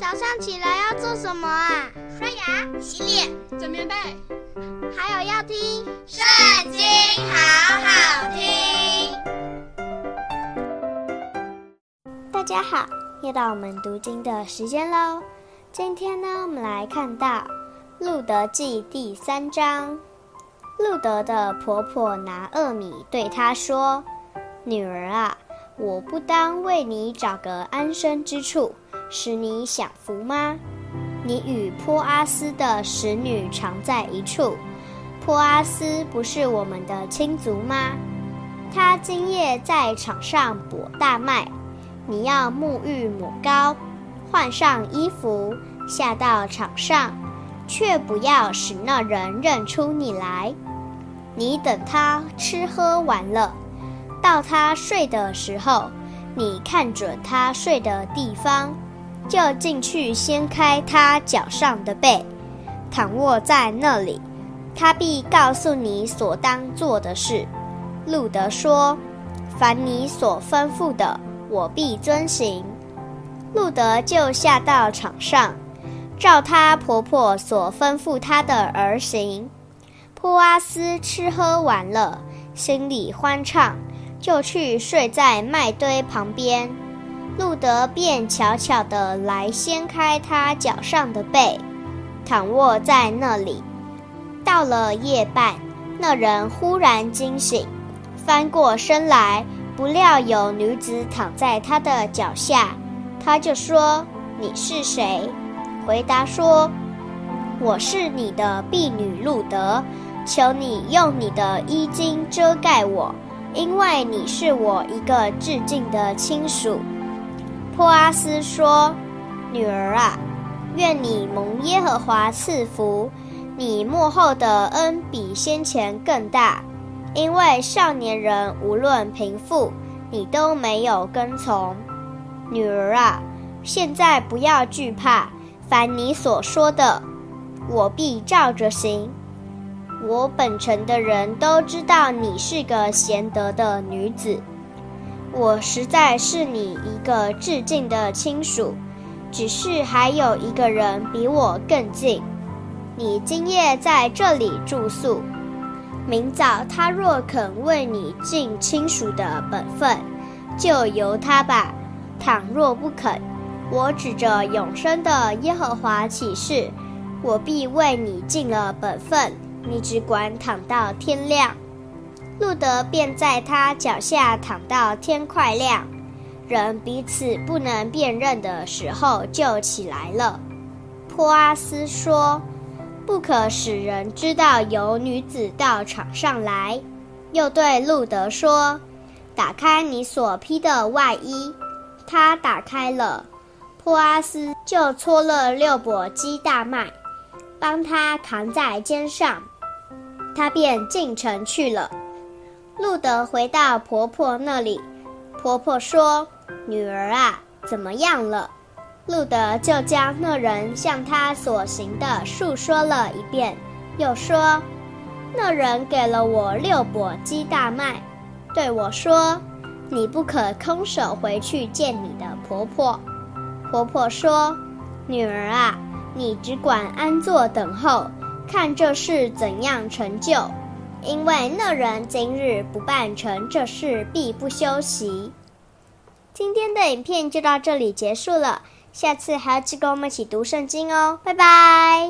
早上起来要做什么啊？ 刷牙、洗脸、 整棉被， 还有要听《 圣经》，好好听。 大家好，又到我们读经的时间喽。今天呢，我们来看到路得记第3章。路得的婆婆拿俄米对她说：“女儿啊，我不当为你找个安身之处，使你享福吗？你与波阿斯的使女常在一处，波阿斯不是我们的亲族吗？他今夜在场上播大麦，你要沐浴抹膏，换上衣服，下到场上，却不要使那人认出你来。你等他吃喝完了，到他睡的时候，你看准他睡的地方，就进去掀开他脚上的被，躺卧在那里，他必告诉你所当做的事。”路得说：“凡你所吩咐的，我必遵行。”路得就下到场上，照她婆婆所吩咐她的而行。波阿斯吃喝完了，心里欢畅，就去睡在麦堆旁边。路得便悄悄地来掀开他脚上的被，躺卧在那里。到了夜半，那人忽然惊醒，翻过身来，不料有女子躺在他的脚下。他就说：“你是谁？”回答说：“我是你的婢女路得，求你用你的衣襟遮盖我，因为你是我一个至近的亲属。”波阿斯说：“女儿啊，愿你蒙耶和华赐福，你末后的恩比先前更大，因为少年人无论贫富，你都没有跟从。女儿啊，现在不要惧怕，凡你所说的，我必照着行。我本城的人都知道你是个贤德的女子，我实在是你一个至近的亲属，只是还有一个人比我更近。你今夜在这里住宿，明早他若肯为你尽亲属的本分，就由他吧；倘若不肯，我指着永生的耶和华起誓，我必为你尽了本分，你只管躺到天亮。”路得便在他脚下躺到天快亮，人彼此不能辨认的时候，就起来了。波阿斯说：“不可使人知道有女子到场上来。”又对路得说：“打开你所披的外衣。”他打开了，波阿斯就搓了6簸箕大麦，帮他扛在肩上，他便进城去了。路得回到婆婆那里，婆婆说：“女儿啊，怎么样了？”路得就将那人向他所行的述说了一遍，又说：“那人给了我6簸箕大麦，对我说，你不可空手回去见你的婆婆。”婆婆说：“女儿啊，你只管安坐等候，看这事怎样成就。因为那人今日不办成这事，必不休息。”今天的影片就到这里结束了，下次还要记跟我们一起读圣经哦，拜拜。